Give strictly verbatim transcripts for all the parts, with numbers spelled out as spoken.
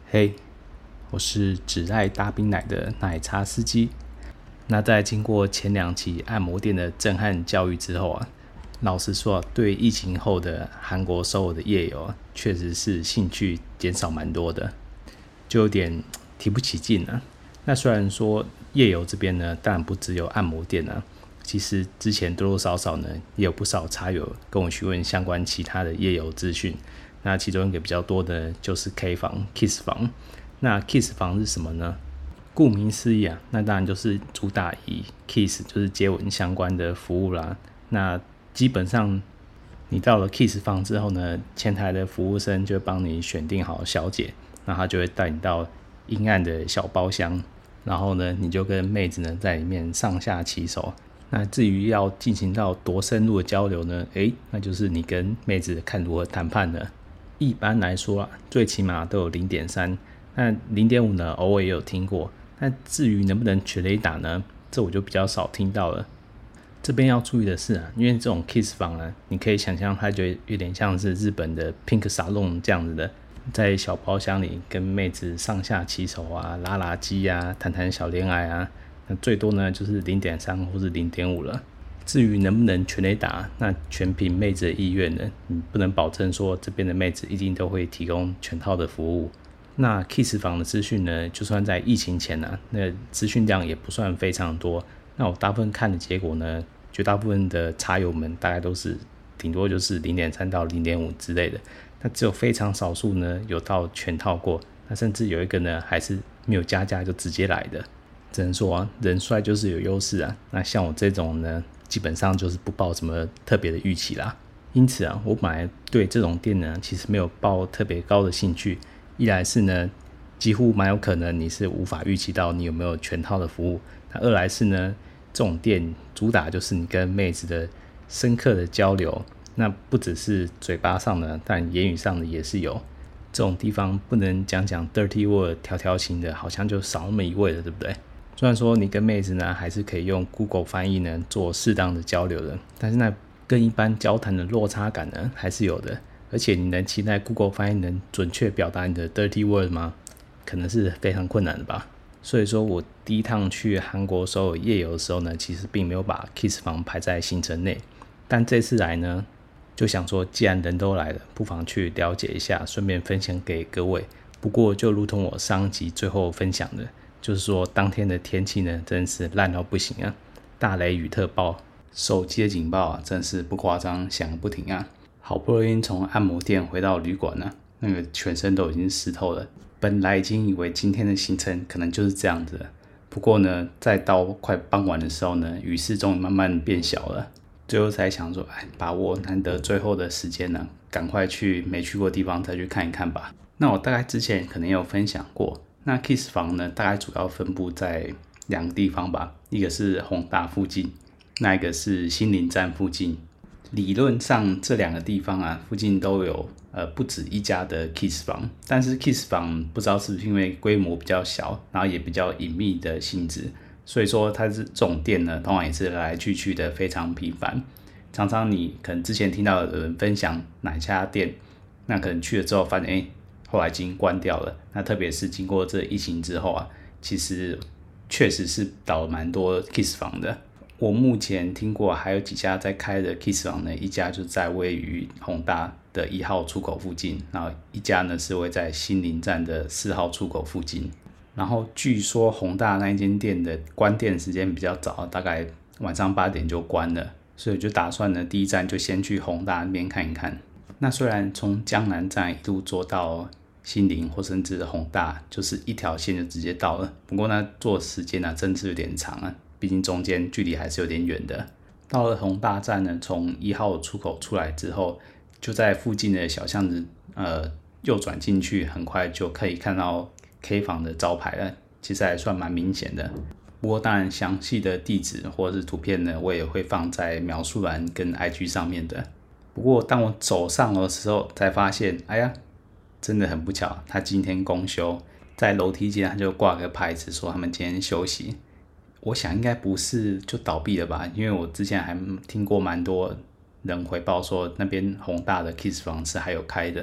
嘿，我是只爱大冰奶的奶茶司机。那在经过前两期按摩店的震撼教育之后啊，老实说啊，对疫情后的韩国首尔的夜游啊，确实是兴趣减少蛮多的，就有点提不起劲啊。那虽然说夜游这边呢，当然不只有按摩店啊，其实之前多多少少呢，也有不少茶友跟我询问相关其他的夜游资讯。那其中一个比较多的就是 K 房 Kiss 房。那 Kiss 房是什么呢？顾名思义啊，那当然就是主打以 Kiss 就是接吻相关的服务啦。那基本上你到了 Kiss 房之后呢，前台的服务生就会帮你选定好小姐，那他就会带你到阴暗的小包厢，然后呢，你就跟妹子呢在里面上下其手。那至于要进行到多深入的交流呢，诶，那就是你跟妹子看如何谈判了。一般来说啊，最起码都有 零点三， 那 零点五 呢偶尔也有听过。那至于能不能全垒打呢，这我就比较少听到了。这边要注意的是啊，因为这种 Kiss 房啊，你可以想象它就有点像是日本的 Pink Salon 这样子的，在小包厢里跟妹子上下其手啊，拉拉机啊，谈谈小恋爱啊，那最多呢就是 零点三 或是 零点五 了。至于能不能全垒打，那全凭妹子的意愿呢，你不能保证说这边的妹子一定都会提供全套的服务。那 Kiss 房的资讯呢，就算在疫情前啊，那资讯量也不算非常多。那我大部分看的结果呢，绝大部分的茶友们大概都是顶多就是 零点三 到 零点五 之类的。那只有非常少数呢有到全套过，那甚至有一个呢还是没有加价就直接来的。只能说啊，人帅就是有优势啊。那像我这种呢，基本上就是不抱什么特别的预期啦。因此啊，我本来对这种店呢，其实没有抱特别高的兴趣。一来是呢，几乎蛮有可能你是无法预期到你有没有全套的服务。那二来是呢，这种店主打就是你跟妹子的深刻的交流。那不只是嘴巴上的，但言语上的也是有。这种地方不能讲讲 dirty word 调调情的，好像就少那么一位了，对不对？虽然说你跟妹子呢还是可以用 Google 翻译呢做适当的交流的，但是那跟一般交谈的落差感呢还是有的。而且你能期待 Google 翻译能准确表达你的 dirty word 吗？可能是非常困难的吧。所以说我第一趟去韩国首尔夜游的时候呢，其实并没有把 Kiss 房排在行程内。但这次来呢，就想说既然人都来了，不妨去了解一下，顺便分享给各位。不过就如同我上集最后分享的，就是说当天的天气呢真是烂到不行啊，大雷雨特报，手机的警报啊真是不夸张，响不停啊。好不容易从按摩店回到旅馆呢、啊，那个全身都已经湿透了。本来已经以为今天的行程可能就是这样子了，不过呢，在到快傍晚的时候呢，雨势终于慢慢变小了。最后才想说，哎，把握难得最后的时间呢，赶快去没去过的地方再去看一看吧。那我大概之前可能也有分享过，那 Kiss 房呢，大概主要分布在两个地方吧，一个是弘大附近，那一个是新林站附近。理论上这两个地方啊，附近都有呃不止一家的 Kiss 房，但是 Kiss 房不知道是不是因为规模比较小，然后也比较隐秘的性质，所以说它是这种店呢，通常也是来来去去的非常频繁。常常你可能之前听到有人分享哪家店，那可能去了之后发现，哎，后来已经关掉了。那特别是经过这疫情之后啊，其实确实是倒了蛮多 Kiss 房的。我目前听过还有几家在开的 Kiss 房呢，一家就在位于弘大的一号出口附近，然后一家呢是位在新林站的四号出口附近。然后据说弘大那一间店的关店时间比较早，大概晚上八点就关了，所以就打算呢第一站就先去弘大那边看一看。那虽然从江南站一路坐到新林或甚至弘大就是一条线就直接到了，不过呢坐时间呢真是有点长啊，毕竟中间距离还是有点远的。到了弘大站呢，从一号出口出来之后，就在附近的小巷子呃右转进去，很快就可以看到 K 房的招牌了，其实还算蛮明显的。不过当然详细的地址或者是图片呢，我也会放在描述栏跟 I G 上面的。不过当我走上楼的时候才发现，哎呀，真的很不巧，他今天公休，在楼梯间他就挂个牌子说他们今天休息。我想应该不是就倒闭了吧，因为我之前还听过蛮多人回报说那边弘大的 Kiss 房是还有开的。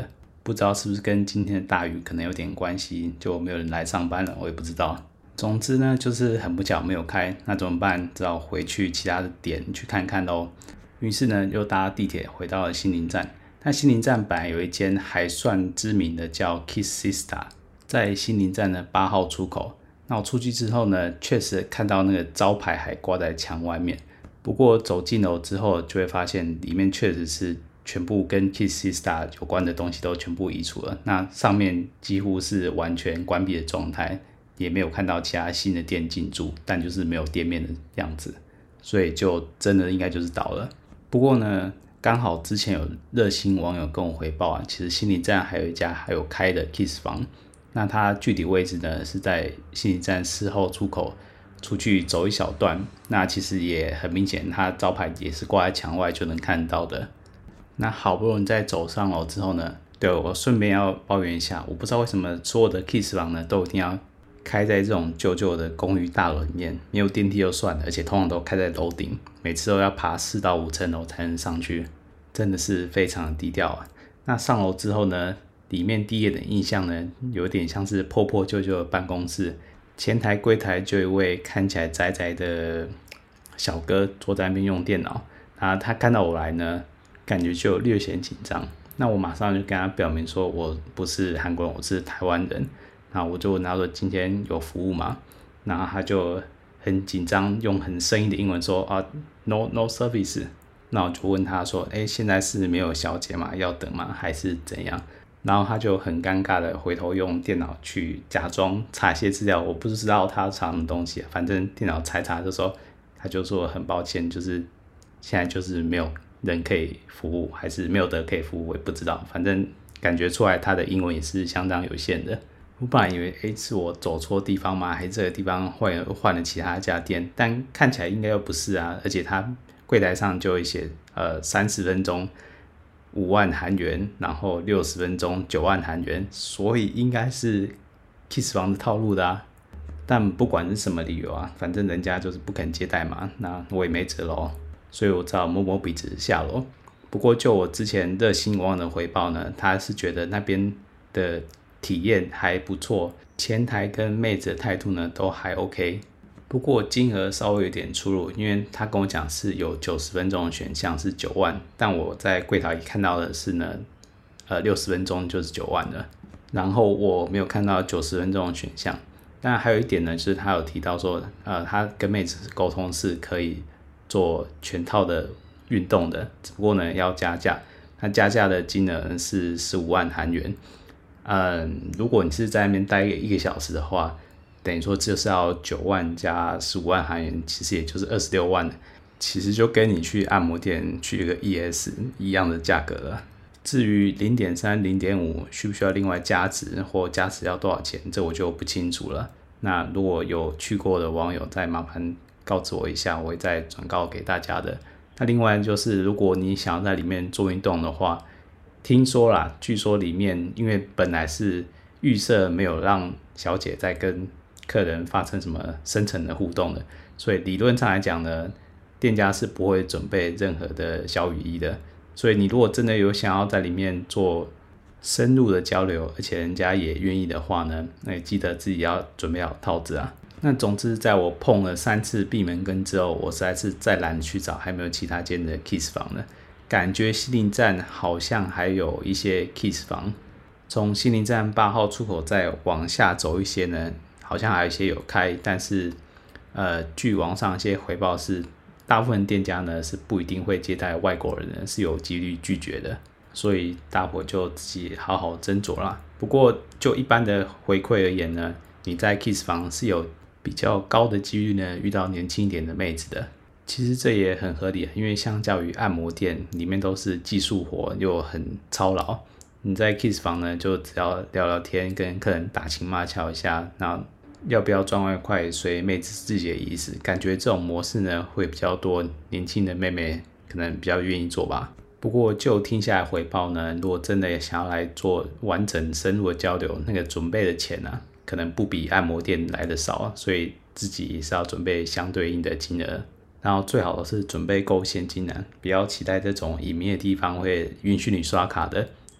不知道是不是跟今天的大雨可能有点关系，就没有人来上班了，我也不知道。总之呢，就是很不巧没有开，那怎么办？只好回去其他的点去看看咯。于是呢，又搭地铁回到了新林站。那新林站本来有一间还算知名的叫 Kiss Sister， 在新林站的八号出口。那我出去之后呢，确实看到那个招牌还挂在墙外面。不过走进楼之后，就会发现里面确实是全部跟 Kiss Sister 有关的东西都全部移除了。那上面几乎是完全关闭的状态，也没有看到其他新的店进驻，但就是没有店面的样子，所以就真的应该就是倒了。不过呢，刚好之前有热心网友跟我回报啊，其实新林站还有一家还有开的 Kiss 房，那它具体位置呢是在新林站四号出口出去走一小段，那其实也很明显，它招牌也是挂在墙外就能看到的。那好不容易在走上楼之后呢，对，我顺便要抱怨一下，我不知道为什么所有的 Kiss 房呢都一定要开在这种旧旧的公寓大楼里面，没有电梯就算了，而且通常都开在楼顶，每次都要爬四到五层楼才能上去，真的是非常的低调啊。那上楼之后呢，里面第一眼的印象呢，有点像是破破旧旧的办公室，前台柜台就有一位看起来宅宅的小哥坐在那边用电脑，然后他看到我来呢，感觉就略显紧张。那我马上就跟他表明说，我不是韩国人，我是台湾人。那我就问他说今天有服务吗？然后他就很紧张，用很生硬的英文说啊 no no service。那我就问他说，哎，现在是没有小姐吗？要等吗？还是怎样？然后他就很尴尬的回头用电脑去假装查一些资料，我不知道他查什么东西，反正电脑查查的时候，他就说很抱歉，就是现在就是没有人可以服务，还是没有得可以服务，我也不知道，反正感觉出来他的英文也是相当有限的。我本来以为，诶，是我走错地方吗？还是这个地方换换了其他家店？但看起来应该又不是啊。而且他柜台上就会写，呃，三十分钟五万韩元，然后六十分钟九万韩元，所以应该是 Kiss 房的套路的啊。但不管是什么理由啊，反正人家就是不肯接待嘛，那我也没辙咯，所以我只好摸摸鼻子下楼。不过就我之前热心网友的回报呢，他是觉得那边的体验还不错，前台跟妹子的态度呢都还 OK， 不过金额稍微有点出入，因为他跟我讲是有九十分钟的选项是九万，但我在柜台里看到的是呢，呃六十分钟就是九万了，然后我没有看到九十分钟的选项。但还有一点呢，就是他有提到说，呃，他跟妹子沟通是可以做全套的运动的，只不过呢要加价，那加价的金额是十五万韩元。嗯，如果你是在那边待一个小时的话，等于说就是要九万加十五万韩元，其实也就是二十六万，其实就跟你去按摩店去一个 E S 一样的价格了。至于 零点三、零点五 需不需要另外加值，或加值要多少钱，这我就不清楚了。那如果有去过的网友，再麻烦告知我一下，我会再转告给大家的。那另外就是，如果你想要在里面做运动的话，听说啦，据说里面因为本来是预设没有让小姐在跟客人发生什么深层的互动的，所以理论上来讲呢，店家是不会准备任何的小雨衣的。所以你如果真的有想要在里面做深入的交流，而且人家也愿意的话呢，那也记得自己要准备好套子啊。那总之在我碰了三次闭门羹之后，我实在是再懒得去找还没有其他间的 Kiss 房了。感觉西林站好像还有一些 Kiss 房，从西林站八号出口再往下走一些呢，好像还有一些有开，但是呃，据网上一些回报是，大部分店家呢是不一定会接待外国人的，是有几率拒绝的，所以大伙就自己好好斟酌啦。不过就一般的回馈而言呢，你在 Kiss 房是有比较高的几率呢遇到年轻一点的妹子的。其实这也很合理，因为相较于按摩店里面都是技术活又很操劳，你在 Kiss 房呢就只要聊聊天，跟客人打情骂俏一下，那要不要赚外快随妹子自己的意思，感觉这种模式呢会比较多年轻的妹妹可能比较愿意做吧。不过就听下来回报呢，如果真的想要来做完整深入的交流，那个准备的钱啊可能不比按摩店来的少，所以自己也是要准备相对应的金额，然后最好的是准备够现金啊，不要期待这种隐秘的地方会允许你刷卡的，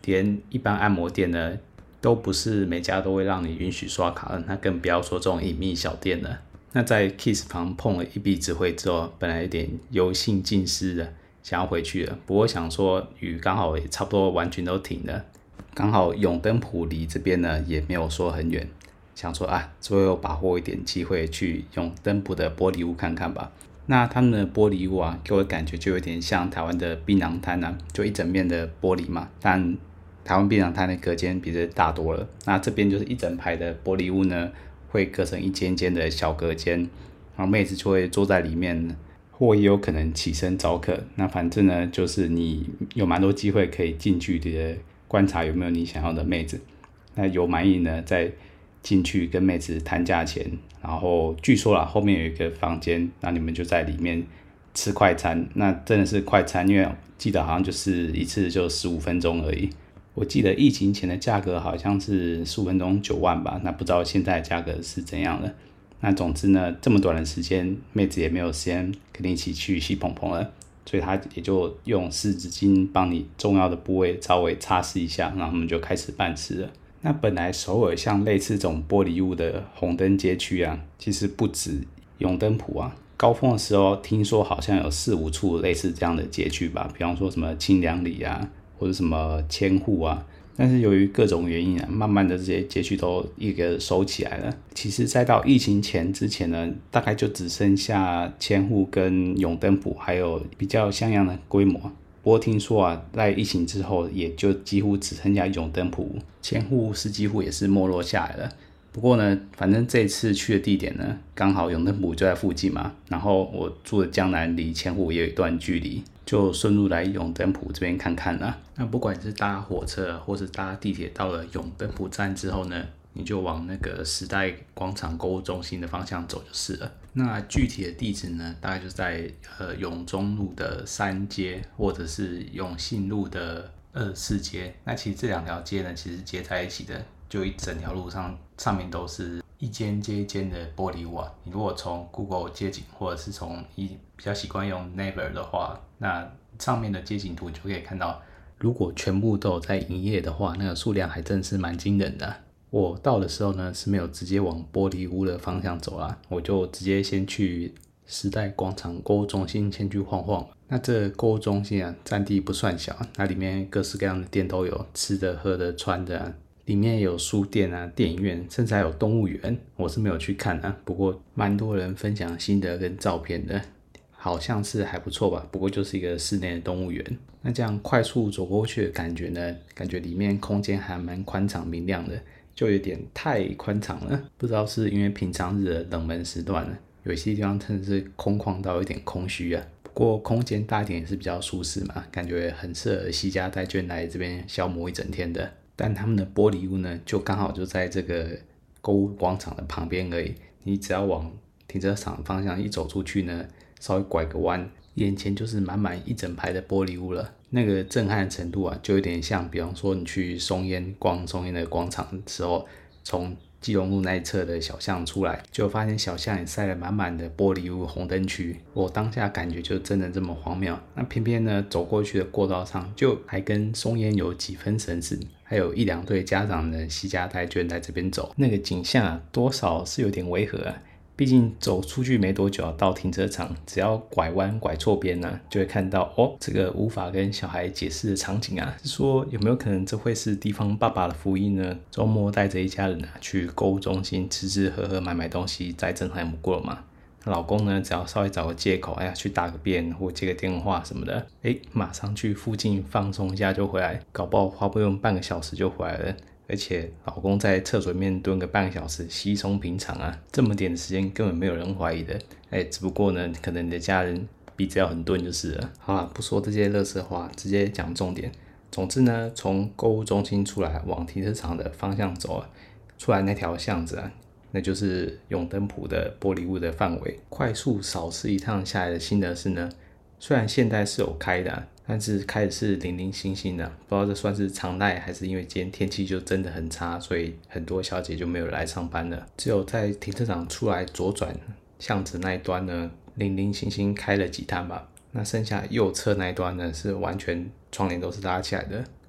连一般按摩店呢，都不是每家都会让你允许刷卡的，那更不要说这种隐秘小店了。那在 Kiss 房碰了一笔指挥之后，本来有点油性尽失的，想要回去了。不过想说雨刚好也差不多完全都停了，刚好永登浦离这边呢也没有说很远，想说啊，最后把握一点机会去永登浦的玻璃屋看看吧。那他们的玻璃屋啊，给我的感觉就有点像台湾的槟榔摊啊，就一整面的玻璃嘛。但台湾槟榔摊的隔间比这大多了，那这边就是一整排的玻璃屋呢，会隔成一间间的小隔间，然后妹子就会坐在里面，或也有可能起身招客。那反正呢，就是你有蛮多机会可以近距离的观察有没有你想要的妹子。那有满意呢，再进去跟妹子谈价钱，然后据说啦，后面有一个房间，那你们就在里面吃快餐。那真的是快餐，因为记得好像就是一次就十五分钟而已。我记得疫情前的价格好像是十五分钟九万吧，那不知道现在的价格是怎样的。那总之呢，这么短的时间，妹子也没有时间跟你一起去洗蓬蓬了，所以她也就用湿纸巾帮你重要的部位稍微擦拭一下，然后我们就开始办事了。那本来首尔像类似这种玻璃屋的红灯街区啊，其实不止永登浦啊，高峰的时候听说好像有四五处类似这样的街区吧，比方说什么清凉里啊，或者什么千户啊。但是由于各种原因啊，慢慢的这些街区都一个收起来了。其实再到疫情前之前呢，大概就只剩下千户跟永登浦还有比较像样的规模。不过听说啊，在疫情之后，也就几乎只剩下永登浦，千户是几乎也是没落下来了。不过呢，反正这次去的地点呢，刚好永登浦就在附近嘛，然后我住的江南离千户也有一段距离，就顺路来永登浦这边看看啦。那不管是搭火车或是搭地铁，到了永登浦站之后呢，你就往那个时代广场购物中心的方向走就是了。那具体的地址呢，大概就在呃永中路的三街，或者是永信路的二四街。那其实这两条街呢，其实接在一起的，就一整条路上上面都是一间接一间的玻璃屋啊。你如果从 Google 街景，或者是从一比较习惯用 Naver 的话，那上面的街景图就可以看到，如果全部都有在营业的话，那个数量还真是蛮惊人的。我到的时候呢，是没有直接往玻璃屋的方向走啦，我就直接先去时代广场购物中心先去晃晃。那这购物中心啊，占地不算小，那里面各式各样的店都有，吃的、喝的、穿的啊，里面有书店啊、电影院，甚至还有动物园。我是没有去看啊，不过蛮多人分享心得跟照片的，好像是还不错吧。不过就是一个室内的动物园。那这样快速走过去的感觉呢，感觉里面空间还蛮宽敞明亮的，就有点太宽敞了。不知道是因为平常日的冷门时段了，有些地方真的是空旷到有点空虚啊。不过空间大一点也是比较舒适嘛，感觉很适合携家带眷来这边消磨一整天的。但他们的玻璃屋呢，就刚好就在这个购物广场的旁边而已。你只要往停车场的方向一走出去呢，稍微拐个弯，眼前就是满满一整排的玻璃屋了。那个震撼程度啊，就有点像，比方说你去松烟逛松烟的广场的时候，从基隆路那一侧的小巷出来，就发现小巷也塞了满满的玻璃屋红灯区。我当下感觉就真的这么荒谬。那偏偏呢，走过去的过道上，就还跟松烟有几分神似，还有一两对家长的携家带眷在这边走，那个景象啊，多少是有点违和啊。毕竟走出去没多久到停车场，只要拐弯拐错边呢、啊，就会看到哦，这个无法跟小孩解释的场景啊。是说有没有可能这会是地方爸爸的福音呢？周末带着一家人啊去购物中心吃吃喝喝买买东西，再正常不过了嘛。老公呢，只要稍微找个借口，哎呀，去打个便或接个电话什么的，哎，马上去附近放松一下就回来，搞不好花不用半个小时就回来了。而且老公在厕所里面蹲个半个小时，稀松平常啊，这么点的时间根本没有人怀疑的。哎，只不过呢，可能你的家人鼻子要很钝就是了。好啦，不说这些垃圾话，直接讲重点。总之呢，从购物中心出来往停车场的方向走啊，出来那条巷子啊，那就是永登浦的玻璃屋的范围。快速扫视一趟下来的心得是呢，虽然现在是有开的、啊，但是开的是零零星星的，不知道这算是常态还是因为今天天气就真的很差，所以很多小姐就没有来上班了。只有在停车场出来左转巷子那一端呢，零零星星开了几摊吧。那剩下右侧那一端呢，是完全窗帘都是拉起来的。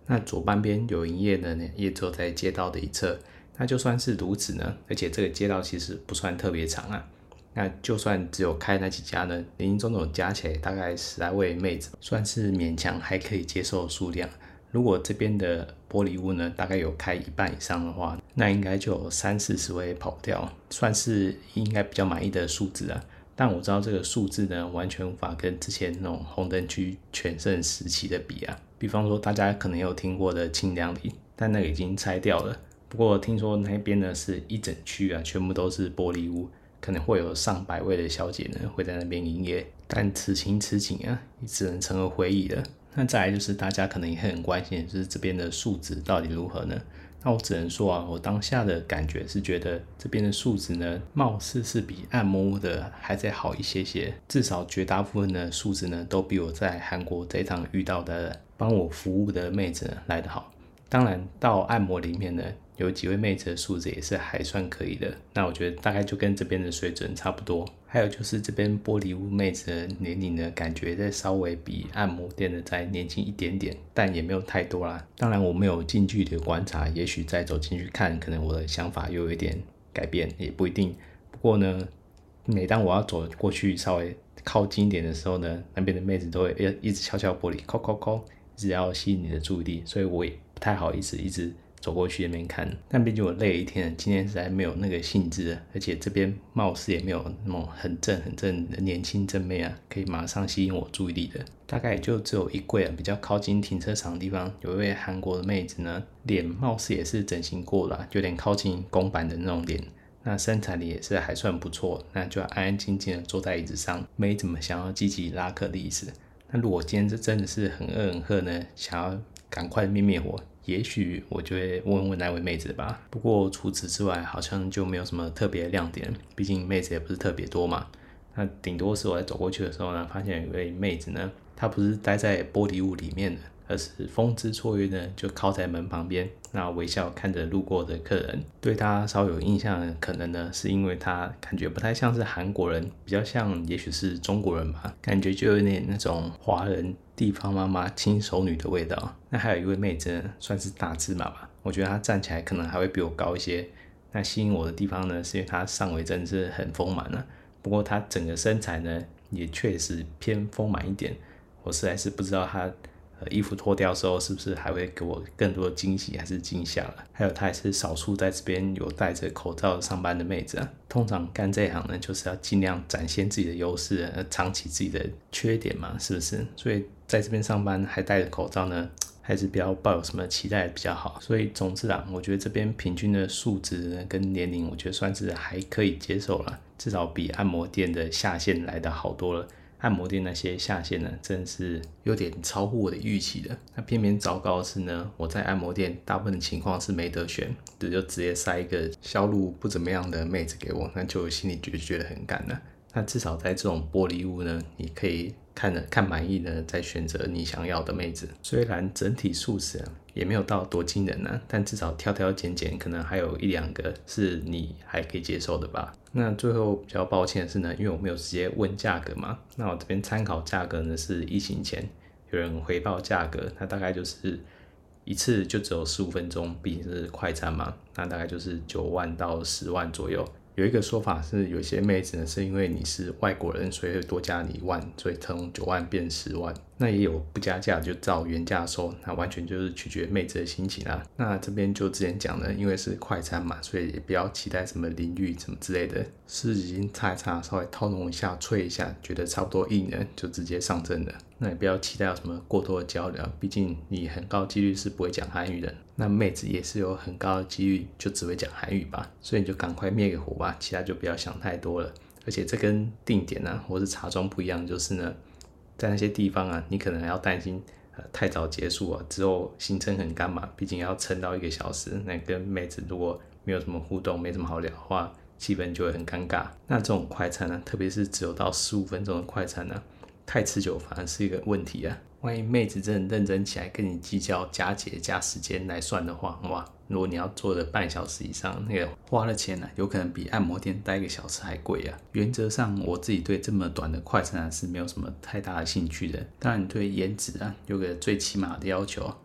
那左半边有营业的呢，也只有在街道的一侧。那就算是如此呢，而且这个街道其实不算特别长啊。那就算只有开那几家呢，林林总总加起来大概十来位妹子，算是勉强还可以接受的数量。如果这边的玻璃屋呢，大概有开一半以上的话，那应该就有三四十位跑不掉，算是应该比较满意的数字啊。但我知道这个数字呢，完全无法跟之前那种红灯区全盛时期的比啊。比方说大家可能有听过的清凉里，但那个已经拆掉了。不过听说那边呢是一整区啊，全部都是玻璃屋，可能会有上百位的小姐呢会在那边营业。但此情此景啊，也只能成为回忆了。那再来就是大家可能也很关心的就是这边的数值到底如何呢？那我只能说啊，我当下的感觉是觉得这边的数值呢，貌似是比按摩屋的还再好一些些，至少绝大部分的数值呢，都比我在韩国这一趟遇到的帮我服务的妹子呢来得好。当然到按摩里面呢，有几位妹子的素质也是还算可以的，那我觉得大概就跟这边的水准差不多。还有就是这边玻璃屋妹子的年龄呢，感觉再稍微比按摩店的再年轻一点点，但也没有太多啦。当然我没有近距离的观察，也许再走进去看，可能我的想法又有一点改变，也不一定。不过呢，每当我要走过去稍微靠近一点的时候呢，那边的妹子都会一直敲敲玻璃，敲敲敲，一直要吸引你的注意力，所以我也不太好意思一直走过去那边看。但毕竟我累了一天了，今天实在没有那个兴致了，而且这边貌似也没有那种很正很正的年轻正妹啊，可以马上吸引我注意力的。大概也就只有一柜啊，比较靠近停车场的地方，有一位韩国的妹子呢，脸貌似也是整形过了，有点靠近公版的那种脸。那身材里也是还算不错，那就安安静静的坐在椅子上，没怎么想要积极拉客的意思。那如果今天这真的是很饿很饿呢，想要赶快灭灭火，也许我就会问问那位妹子吧。不过除此之外，好像就没有什么特别的亮点，毕竟妹子也不是特别多嘛。那顶多是我在走过去的时候呢，发现有一位妹子呢，她不是待在玻璃屋里面的，而是风姿绰约呢，就靠在门旁边，那微笑看着路过的客人。对她稍有印象的可能呢，是因为她感觉不太像是韩国人，比较像也许是中国人吧，感觉就有点那种华人地方妈妈亲手女的味道。那还有一位妹子呢，算是大只嘛吧，我觉得她站起来可能还会比我高一些。那吸引我的地方呢，是因为她上围真的是很丰满啊，不过她整个身材呢，也确实偏丰满一点。我实在是不知道她呃衣服脱掉的时候是不是还会给我更多的惊喜还是惊吓了。还有她也是少数在这边有戴着口罩上班的妹子啊。通常干这一行呢，就是要尽量展现自己的优势，藏起自己的缺点嘛，是不是？所以在这边上班还戴着口罩呢，还是不要抱有什么期待比较好。所以总之啊，我觉得这边平均的数值呢跟年龄，我觉得算是还可以接受了，至少比按摩店的下限来的好多了。按摩店那些下限呢，真的是有点超乎我的预期的。那偏偏糟糕的是呢，我在按摩店大部分的情况是没得选，就就直接塞一个销路不怎么样的妹子给我，那就心里就觉得很干了。那至少在这种玻璃屋呢，你可以看了看满意呢，再选择你想要的妹子。虽然整体数值啊也没有到多惊人啊，但至少挑挑拣拣，可能还有一两个是你还可以接受的吧。那最后比较抱歉的是呢，因为我没有直接问价格嘛，那我这边参考价格呢是疫情前有人回报价格，那大概就是一次就只有十五分钟，毕竟是快餐嘛，那大概就是九万到十万左右。有一个说法是，有些妹子呢是因为你是外国人，所以会多加你一万，所以从九万变十万。那也有不加价就照原价收，那完全就是取决妹子的心情啦。那这边就之前讲的，因为是快餐嘛，所以也不要期待什么淋浴什么之类的，湿纸巾擦一擦，稍微套弄一下，吹一下，觉得差不多硬了就直接上阵了。那也不要期待有什么过多的交流，毕竟你很高几率是不会讲韩语的，那妹子也是有很高的几率就只会讲韩语吧，所以你就赶快灭个火吧，其他就不要想太多了。而且这跟定点啊或是茶庄不一样，就是呢在那些地方啊，你可能还要担心呃太早结束啊，之后行程很赶嘛，毕竟要撑到一个小时，那跟妹子如果没有什么互动，没什么好聊的话，气氛就会很尴尬。那这种快餐呢、啊，特别是只有到十五分钟的快餐呢、啊，太持久反而是一个问题啊。万一妹子真的认真起来跟你计较加节加时间来算的话，哇，如果你要做的半小时以上，那个花的钱呢、啊，有可能比按摩店待一个小时还贵啊。原则上我自己对这么短的快餐啊是没有什么太大的兴趣的。当然对颜值啊有个最起码的要求，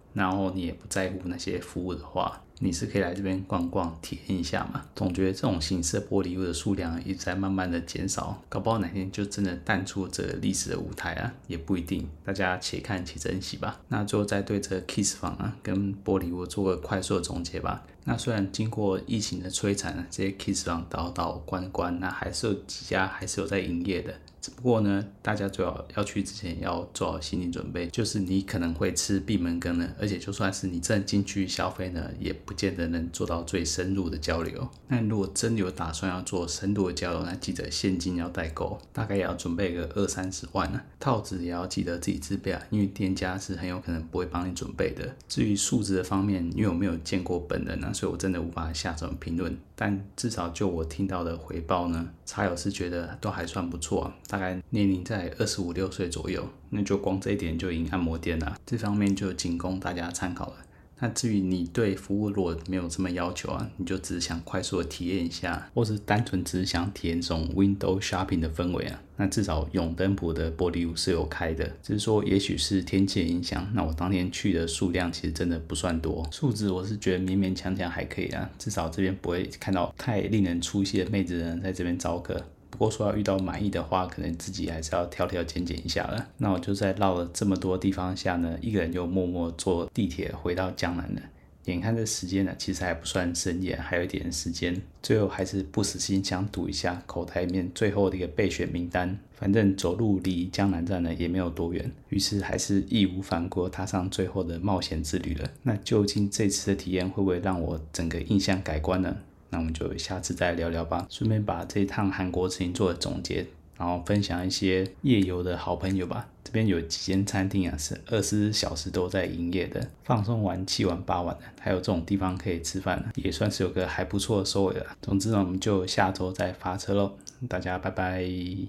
然后你也不在乎那些服务的话，你是可以来这边逛逛体验一下嘛。总觉得这种形式的玻璃屋的数量一直在慢慢的减少，搞不好哪天就真的淡出这个历史的舞台啊，也不一定，大家且看且珍惜吧。那最后再对这个 Kiss 房啊跟玻璃屋做个快速的总结吧。那虽然经过疫情的摧残，这些 Kiss 房倒倒关关，那还是有几家还是有在营业的，只不过呢，大家最好要去之前要做好心理准备，就是你可能会吃闭门羹的，而且就算是你真的进去消费呢，也不见得能做到最深入的交流。那如果真有打算要做深度的交流，那记得现金要带够，大概也要准备个二三十万啊。套子也要记得自己自备啊，因为店家是很有可能不会帮你准备的。至于数值的方面，因为我没有见过本人啊，所以我真的无法下什么评论。但至少就我听到的回报呢，茶友是觉得都还算不错啊，大概年龄在二十五六岁左右，那就光这一点就赢按摩店了，这方面就仅供大家参考了。那至于你对服务如果没有这么要求啊，你就只是想快速的体验一下，或是单纯只是想体验这种 window shopping 的氛围啊，那至少永登浦的玻璃屋是有开的，只是说也许是天气的影响，那我当天去的数量其实真的不算多，数值我是觉得勉勉强强还可以啊，至少这边不会看到太令人出戏的妹子人在这边招客。不过说要遇到满意的话，可能自己还是要挑挑拣拣一下了。那我就在绕了这么多地方下呢，一个人就默默坐地铁回到江南了。眼看这时间呢，其实还不算深夜，还有一点时间。最后还是不死心想赌一下口袋里面最后的一个备选名单，反正走路离江南站呢也没有多远，于是还是义无反顾踏上最后的冒险之旅了。那究竟这次的体验会不会让我整个印象改观呢？那我们就下次再聊聊吧，顺便把这一趟韩国之行做的总结，然后分享一些夜游的好朋友吧。这边有几间餐厅啊是二十四小时都在营业的，放松完七晚八晚的，还有这种地方可以吃饭，也算是有个还不错的收尾了。总之呢，我们就下周再发车咯，大家拜拜。